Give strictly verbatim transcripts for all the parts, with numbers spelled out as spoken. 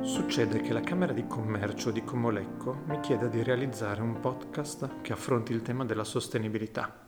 Succede che la Camera di Commercio di Comolecco mi chieda di realizzare un podcast che affronti il tema della sostenibilità.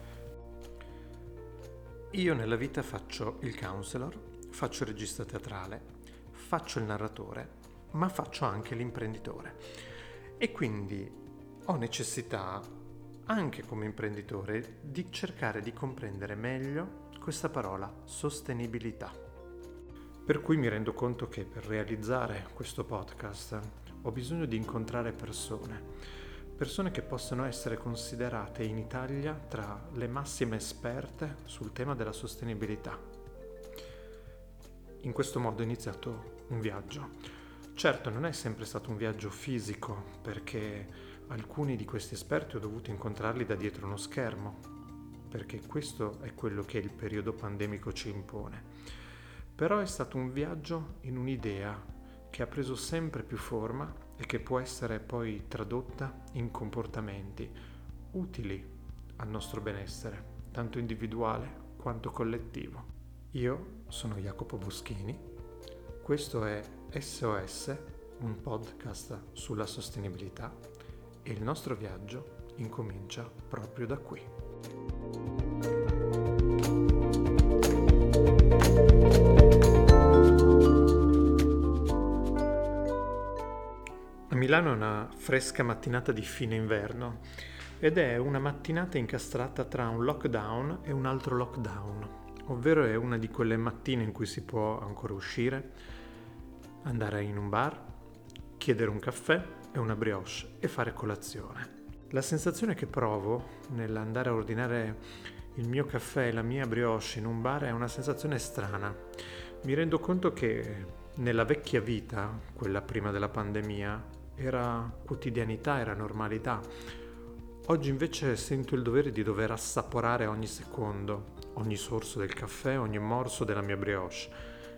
Io nella vita faccio il counselor, faccio il regista teatrale, faccio il narratore, ma faccio anche l'imprenditore. E quindi ho necessità, anche come imprenditore, di cercare di comprendere meglio questa parola sostenibilità. Per cui mi rendo conto che per realizzare questo podcast ho bisogno di incontrare persone, persone che possano essere considerate in Italia tra le massime esperte sul tema della sostenibilità. In questo modo ho iniziato un viaggio. Certo, non è sempre stato un viaggio fisico, perché alcuni di questi esperti ho dovuto incontrarli da dietro uno schermo, perché questo è quello che il periodo pandemico ci impone. Però è stato un viaggio in un'idea che ha preso sempre più forma e che può essere poi tradotta in comportamenti utili al nostro benessere, tanto individuale quanto collettivo. Io sono Jacopo Boschini, questo è S O S, un podcast sulla sostenibilità, e il nostro viaggio incomincia proprio da qui. A Milano è una fresca mattinata di fine inverno ed è una mattinata incastrata tra un lockdown e un altro lockdown, ovvero è una di quelle mattine in cui si può ancora uscire, andare in un bar, chiedere un caffè e una brioche e fare colazione. La sensazione che provo nell'andare a ordinare il mio caffè e la mia brioche in un bar è una sensazione strana. Mi rendo conto che nella vecchia vita, quella prima della pandemia, era quotidianità, era normalità. Oggi invece sento il dovere di dover assaporare ogni secondo, ogni sorso del caffè, ogni morso della mia brioche.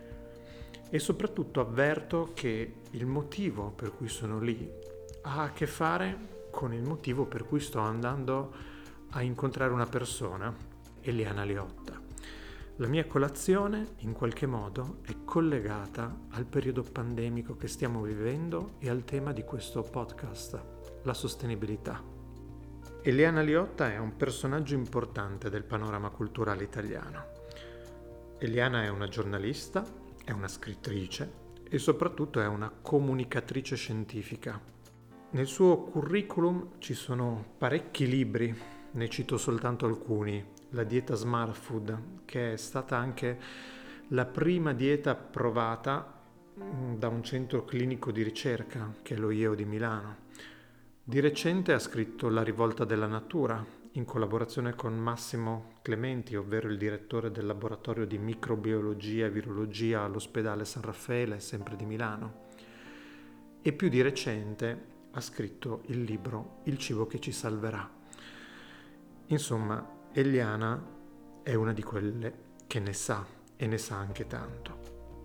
E soprattutto avverto che il motivo per cui sono lì ha a che fare con il motivo per cui sto andando a incontrare una persona, Eliana Liotta. La mia colazione, in qualche modo, è collegata al periodo pandemico che stiamo vivendo e al tema di questo podcast, la sostenibilità. Eliana Liotta è un personaggio importante del panorama culturale italiano. Eliana è una giornalista, è una scrittrice e soprattutto è una comunicatrice scientifica. Nel suo curriculum ci sono parecchi libri, ne cito soltanto alcuni. La dieta Smart Food, che è stata anche la prima dieta approvata da un centro clinico di ricerca, che è lo I E O di Milano. Di recente ha scritto La rivolta della natura, in collaborazione con Massimo Clementi, ovvero il direttore del laboratorio di microbiologia e virologia all'ospedale San Raffaele, sempre di Milano. E più di recente ha scritto il libro Il cibo che ci salverà. Insomma, Eliana è una di quelle che ne sa e ne sa anche tanto.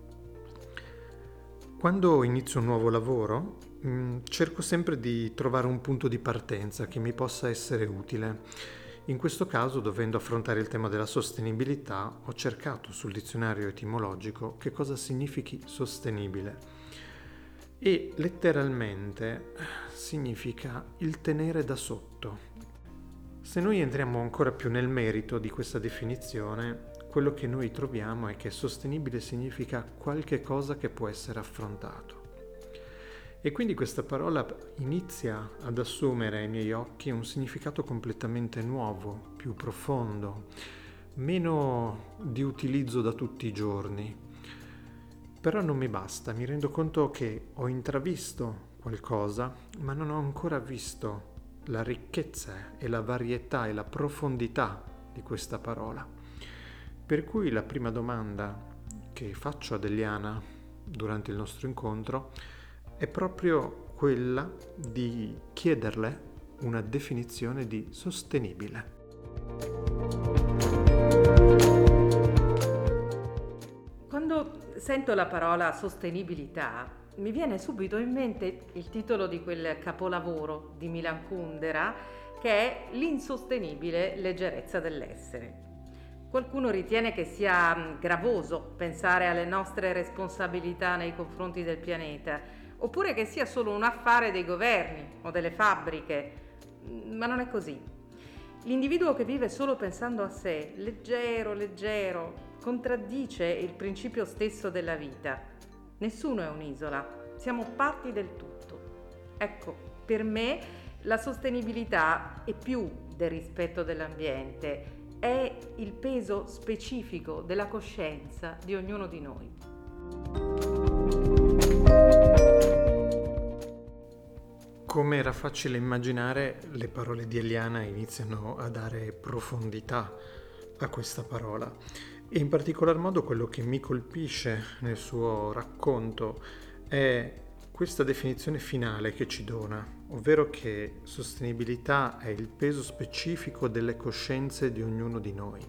Quando inizio un nuovo lavoro, mh, cerco sempre di trovare un punto di partenza che mi possa essere utile. In questo caso, dovendo affrontare il tema della sostenibilità, ho cercato sul dizionario etimologico che cosa significhi sostenibile. E letteralmente significa il tenere da sotto. Se noi entriamo ancora più nel merito di questa definizione, quello che noi troviamo è che sostenibile significa qualche cosa che può essere affrontato. E quindi questa parola inizia ad assumere ai miei occhi un significato completamente nuovo, più profondo, meno di utilizzo da tutti i giorni. Però non mi basta, mi rendo conto che ho intravisto qualcosa, ma non ho ancora visto la ricchezza e la varietà e la profondità di questa parola. Per cui la prima domanda che faccio ad Eliana durante il nostro incontro è proprio quella di chiederle una definizione di sostenibile. Quando sento la parola sostenibilità, mi viene subito in mente il titolo di quel capolavoro di Milan Kundera, che è L'insostenibile leggerezza dell'essere. Qualcuno ritiene che sia mm, gravoso pensare alle nostre responsabilità nei confronti del pianeta, oppure che sia solo un affare dei governi o delle fabbriche, Mm, ma non è così. L'individuo che vive solo pensando a sé, leggero, leggero, contraddice il principio stesso della vita. Nessuno è un'isola, siamo parti del tutto. Ecco, per me la sostenibilità è più del rispetto dell'ambiente, è il peso specifico della coscienza di ognuno di noi. Come era facile immaginare, le parole di Eliana iniziano a dare profondità a questa parola e in particolar modo quello che mi colpisce nel suo racconto è questa definizione finale che ci dona, ovvero che sostenibilità è il peso specifico delle coscienze di ognuno di noi.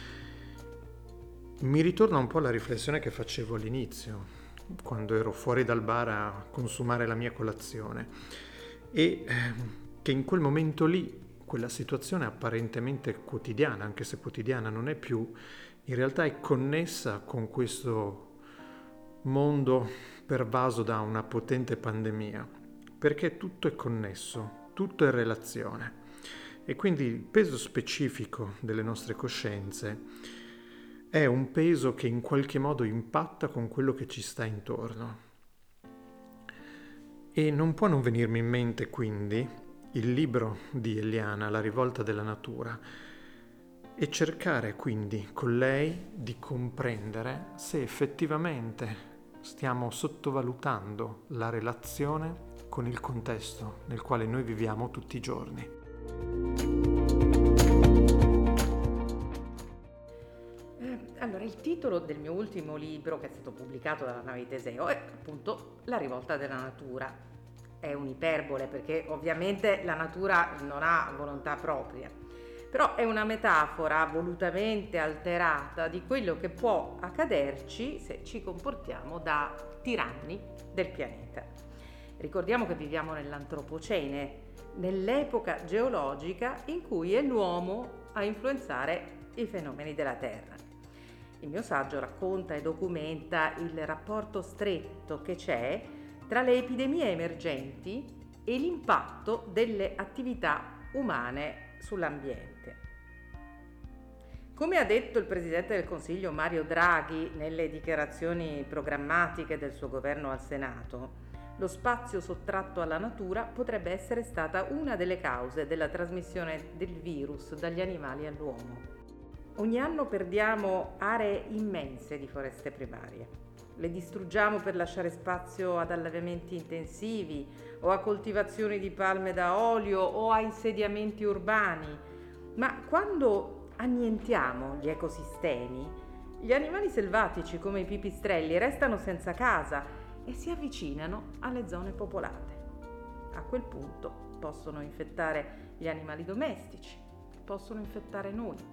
Mi ritorna un po' la riflessione che facevo all'inizio, quando ero fuori dal bar a consumare la mia colazione. E che in quel momento lì, quella situazione apparentemente quotidiana, anche se quotidiana non è più, in realtà è connessa con questo mondo pervaso da una potente pandemia, perché tutto è connesso, tutto è relazione. E quindi il peso specifico delle nostre coscienze è un peso che in qualche modo impatta con quello che ci sta intorno. E non può non venirmi in mente quindi il libro di Eliana, La rivolta della natura, e cercare quindi con lei di comprendere se effettivamente stiamo sottovalutando la relazione con il contesto nel quale noi viviamo tutti i giorni. Allora, il titolo del mio ultimo libro, che è stato pubblicato dalla nave di Teseo, è appunto La rivolta della natura. È un'iperbole perché ovviamente la natura non ha volontà propria, però è una metafora volutamente alterata di quello che può accaderci se ci comportiamo da tiranni del pianeta. Ricordiamo che viviamo nell'antropocene, nell'epoca geologica in cui è l'uomo a influenzare i fenomeni della Terra. Il mio saggio racconta e documenta il rapporto stretto che c'è tra le epidemie emergenti e l'impatto delle attività umane sull'ambiente. Come ha detto il Presidente del Consiglio Mario Draghi nelle dichiarazioni programmatiche del suo governo al Senato, lo spazio sottratto alla natura potrebbe essere stata una delle cause della trasmissione del virus dagli animali all'uomo. Ogni anno perdiamo aree immense di foreste primarie. Le distruggiamo per lasciare spazio ad allevamenti intensivi o a coltivazioni di palme da olio o a insediamenti urbani. Ma quando annientiamo gli ecosistemi, gli animali selvatici come i pipistrelli restano senza casa e si avvicinano alle zone popolate. A quel punto possono infettare gli animali domestici, possono infettare noi.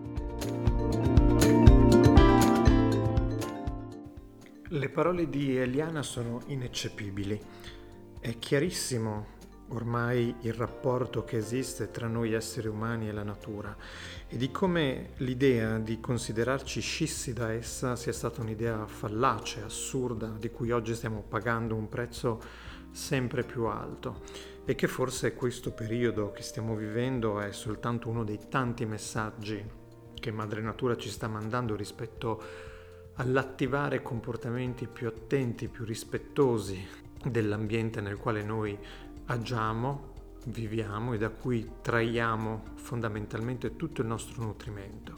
Le parole di Eliana sono ineccepibili. È chiarissimo ormai il rapporto che esiste tra noi esseri umani e la natura e di come l'idea di considerarci scissi da essa sia stata un'idea fallace, assurda, di cui oggi stiamo pagando un prezzo sempre più alto e che forse questo periodo che stiamo vivendo è soltanto uno dei tanti messaggi che Madre Natura ci sta mandando rispetto all'attivare comportamenti più attenti, più rispettosi dell'ambiente nel quale noi agiamo, viviamo e da cui traiamo fondamentalmente tutto il nostro nutrimento.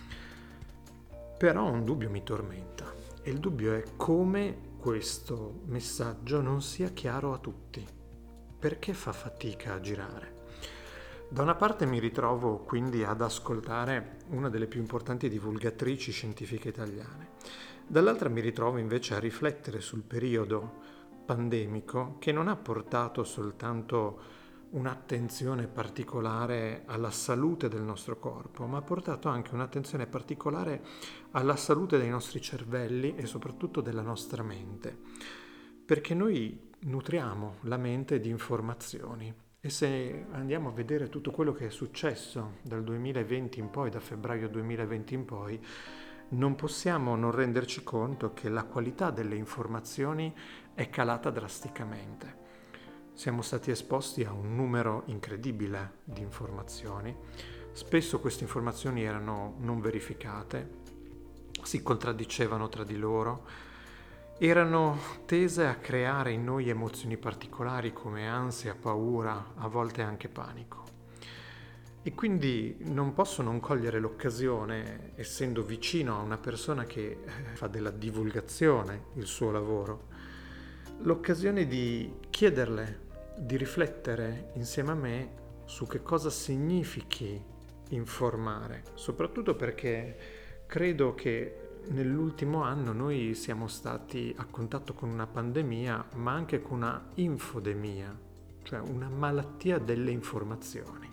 Però un dubbio mi tormenta e il dubbio è come questo messaggio non sia chiaro a tutti. Perché fa fatica a girare? Da una parte mi ritrovo quindi ad ascoltare una delle più importanti divulgatrici scientifiche italiane, dall'altra mi ritrovo invece a riflettere sul periodo pandemico che non ha portato soltanto un'attenzione particolare alla salute del nostro corpo, ma ha portato anche un'attenzione particolare alla salute dei nostri cervelli e soprattutto della nostra mente, perché noi nutriamo la mente di informazioni. E se andiamo a vedere tutto quello che è successo dal duemilaventi in poi, da febbraio duemilaventi in poi, non possiamo non renderci conto che la qualità delle informazioni è calata drasticamente. Siamo stati esposti a un numero incredibile di informazioni. Spesso queste informazioni erano non verificate, si contraddicevano tra di loro, erano tese a creare in noi emozioni particolari come ansia, paura, a volte anche panico. E quindi non posso non cogliere l'occasione, essendo vicino a una persona che fa della divulgazione il suo lavoro, l'occasione di chiederle di riflettere insieme a me su che cosa significhi informare, soprattutto perché credo che nell'ultimo anno noi siamo stati a contatto con una pandemia, ma anche con una infodemia, cioè una malattia delle informazioni.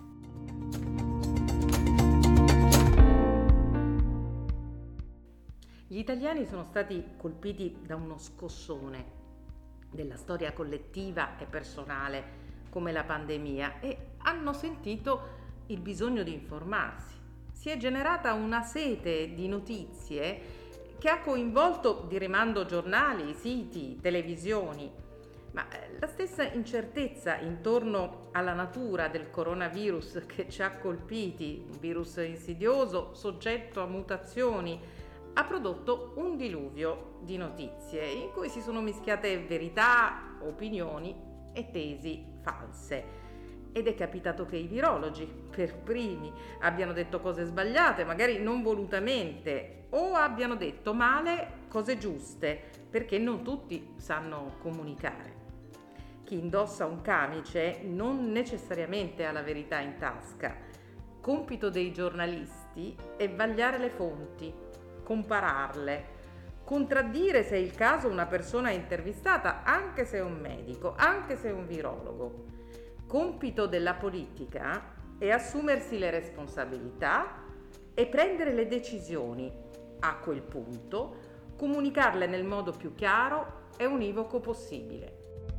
Gli italiani sono stati colpiti da uno scossone della storia collettiva e personale come la pandemia e hanno sentito il bisogno di informarsi. Si è generata una sete di notizie che ha coinvolto di rimando giornali, siti, televisioni, ma la stessa incertezza intorno alla natura del coronavirus che ci ha colpiti, un virus insidioso, soggetto a mutazioni, ha prodotto un diluvio di notizie in cui si sono mischiate verità, opinioni e tesi false. Ed è capitato che i virologi, per primi, abbiano detto cose sbagliate, magari non volutamente, o abbiano detto male cose giuste, perché non tutti sanno comunicare. Chi indossa un camice non necessariamente ha la verità in tasca. Compito dei giornalisti è vagliare le fonti, compararle, contraddire se è il caso una persona intervistata, anche se è un medico, anche se è un virologo. Compito della politica è assumersi le responsabilità e prendere le decisioni. A quel punto, comunicarle nel modo più chiaro e univoco possibile.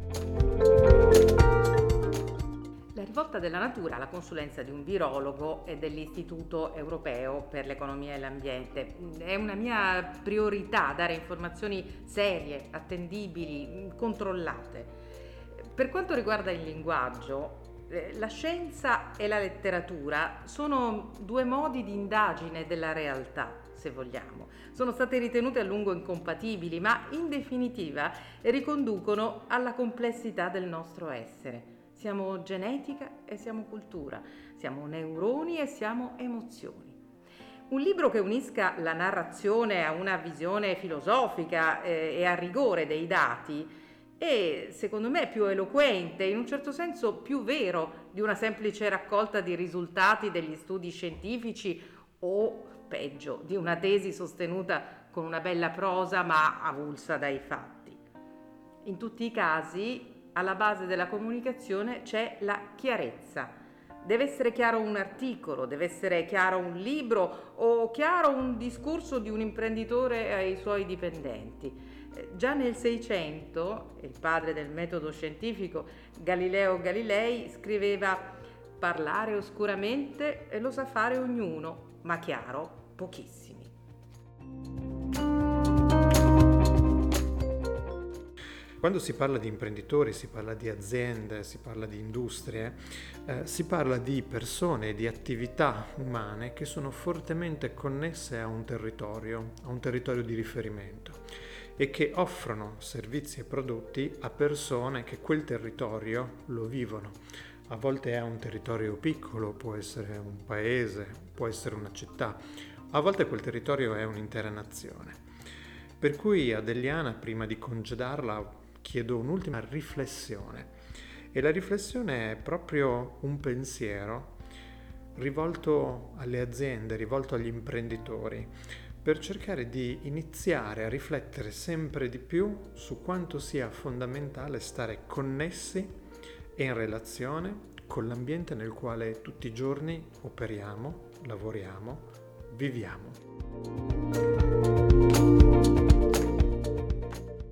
La rivolta della natura, la consulenza di un virologo e dell'Istituto Europeo per l'Economia e l'Ambiente. È una mia priorità dare informazioni serie, attendibili, controllate. Per quanto riguarda il linguaggio, la scienza e la letteratura sono due modi di indagine della realtà, se vogliamo. Sono state ritenute a lungo incompatibili, ma in definitiva riconducono alla complessità del nostro essere. Siamo genetica e siamo cultura, siamo neuroni e siamo emozioni. Un libro che unisca la narrazione a una visione filosofica eh, e al rigore dei dati è, secondo me, più eloquente, in un certo senso più vero di una semplice raccolta di risultati degli studi scientifici o, peggio, di una tesi sostenuta con una bella prosa ma avulsa dai fatti. In tutti i casi, alla base della comunicazione c'è la chiarezza. Deve essere chiaro un articolo, deve essere chiaro un libro o chiaro un discorso di un imprenditore ai suoi dipendenti. Già nel Seicento, il padre del metodo scientifico, Galileo Galilei, scriveva: parlare oscuramente lo sa fare ognuno, ma chiaro pochissimi. Quando si parla di imprenditori, si parla di aziende, si parla di industrie, eh, si parla di persone, di attività umane che sono fortemente connesse a un territorio, a un territorio di riferimento e che offrono servizi e prodotti a persone che quel territorio lo vivono. A volte è un territorio piccolo, può essere un paese, può essere una città, a volte quel territorio è un'intera nazione. Per cui ad Eliana, prima di congedarla, chiedo un'ultima riflessione e la riflessione è proprio un pensiero rivolto alle aziende, rivolto agli imprenditori, per cercare di iniziare a riflettere sempre di più su quanto sia fondamentale stare connessi e in relazione con l'ambiente nel quale tutti i giorni operiamo, lavoriamo, viviamo. E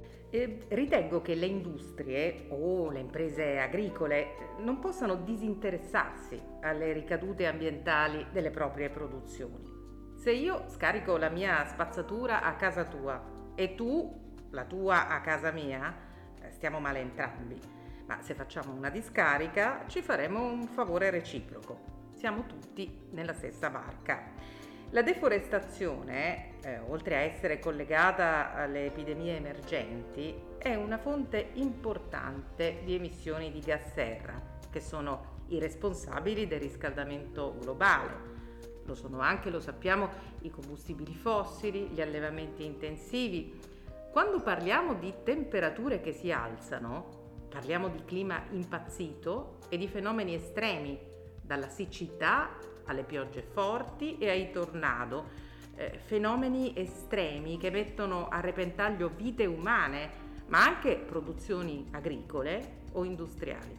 E ritengo che le industrie o le imprese agricole non possano disinteressarsi alle ricadute ambientali delle proprie produzioni. Se io scarico la mia spazzatura a casa tua e tu la tua a casa mia, stiamo male entrambi. Ma se facciamo una discarica ci faremo un favore reciproco. Siamo tutti nella stessa barca. La deforestazione, eh, oltre a essere collegata alle epidemie emergenti, è una fonte importante di emissioni di gas serra, che sono i responsabili del riscaldamento globale. Lo sono anche, lo sappiamo, i combustibili fossili, gli allevamenti intensivi. Quando parliamo di temperature che si alzano, parliamo di clima impazzito e di fenomeni estremi, dalla siccità alle piogge forti e ai tornado, eh, fenomeni estremi che mettono a repentaglio vite umane, ma anche produzioni agricole o industriali.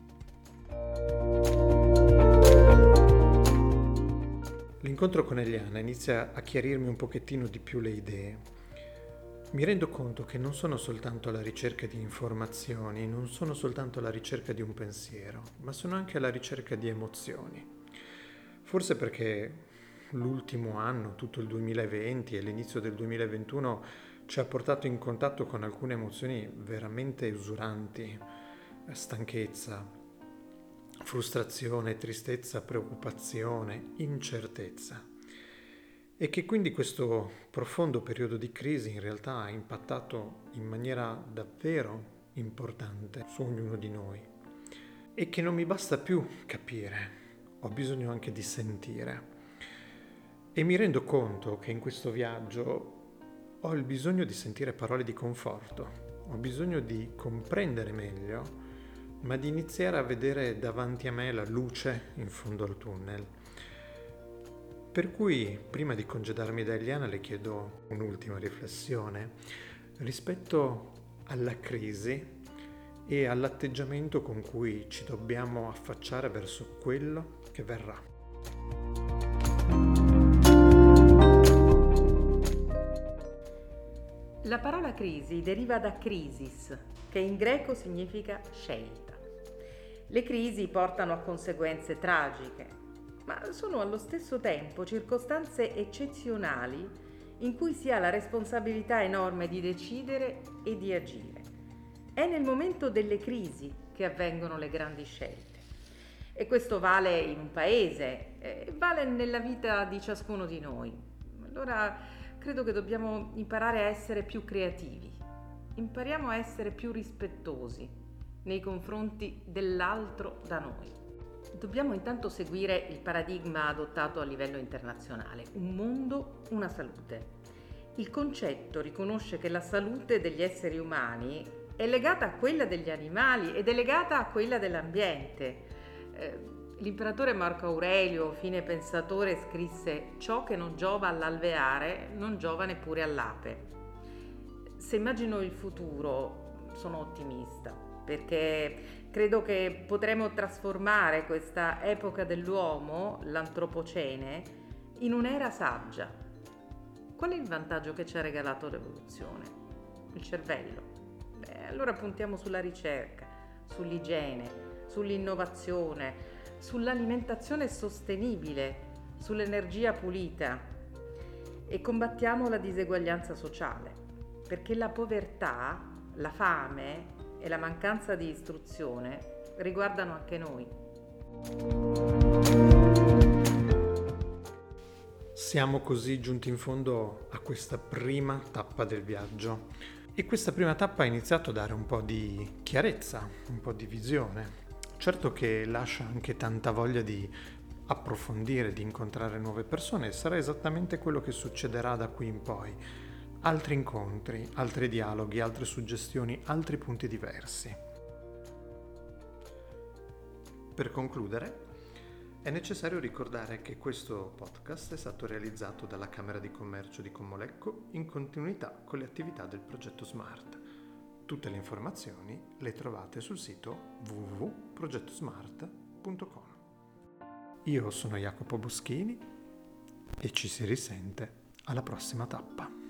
L'incontro con Eliana inizia a chiarirmi un pochettino di più le idee. Mi rendo conto che non sono soltanto alla ricerca di informazioni, non sono soltanto alla ricerca di un pensiero, ma sono anche alla ricerca di emozioni. Forse perché l'ultimo anno, tutto il duemilaventi e l'inizio del duemilaventuno ci ha portato in contatto con alcune emozioni veramente usuranti, stanchezza, frustrazione, tristezza, preoccupazione, incertezza. E che quindi questo profondo periodo di crisi in realtà ha impattato in maniera davvero importante su ognuno di noi. E che non mi basta più capire, ho bisogno anche di sentire. E mi rendo conto che in questo viaggio ho il bisogno di sentire parole di conforto, ho bisogno di comprendere meglio, ma di iniziare a vedere davanti a me la luce in fondo al tunnel. Per cui, prima di congedarmi da Eliana, le chiedo un'ultima riflessione rispetto alla crisi e all'atteggiamento con cui ci dobbiamo affacciare verso quello che verrà. La parola crisi deriva da crisis, che in greco significa scelta. Le crisi portano a conseguenze tragiche, ma sono allo stesso tempo circostanze eccezionali in cui si ha la responsabilità enorme di decidere e di agire. È nel momento delle crisi che avvengono le grandi scelte. E questo vale in un paese, eh, vale nella vita di ciascuno di noi. Allora credo che dobbiamo imparare a essere più creativi. Impariamo a essere più rispettosi nei confronti dell'altro da noi. Dobbiamo intanto seguire il paradigma adottato a livello internazionale, un mondo, una salute. Il concetto riconosce che la salute degli esseri umani è legata a quella degli animali ed è legata a quella dell'ambiente. Eh, l'imperatore Marco Aurelio, fine pensatore, scrisse: ciò che non giova all'alveare non giova neppure all'ape. Se immagino il futuro, sono ottimista, perché credo che potremo trasformare questa epoca dell'uomo, l'antropocene, in un'era saggia. Qual è il vantaggio che ci ha regalato l'evoluzione? Il cervello. Beh, allora puntiamo sulla ricerca, sull'igiene, sull'innovazione, sull'alimentazione sostenibile, sull'energia pulita e combattiamo la diseguaglianza sociale, perché la povertà, la fame e la mancanza di istruzione riguardano anche noi. Siamo così giunti in fondo a questa prima tappa del viaggio e questa prima tappa ha iniziato a dare un po' di chiarezza, un po' di visione. Certo che lascia anche tanta voglia di approfondire, di incontrare nuove persone e sarà esattamente quello che succederà da qui in poi. Altri incontri, altri dialoghi, altre suggestioni, altri punti diversi. Per concludere, è necessario ricordare che questo podcast è stato realizzato dalla Camera di Commercio di Commolecco in continuità con le attività del progetto SMART. Tutte le informazioni le trovate sul sito w w w punto progetto smart punto com. Io sono Jacopo Boschini e ci si risente alla prossima tappa.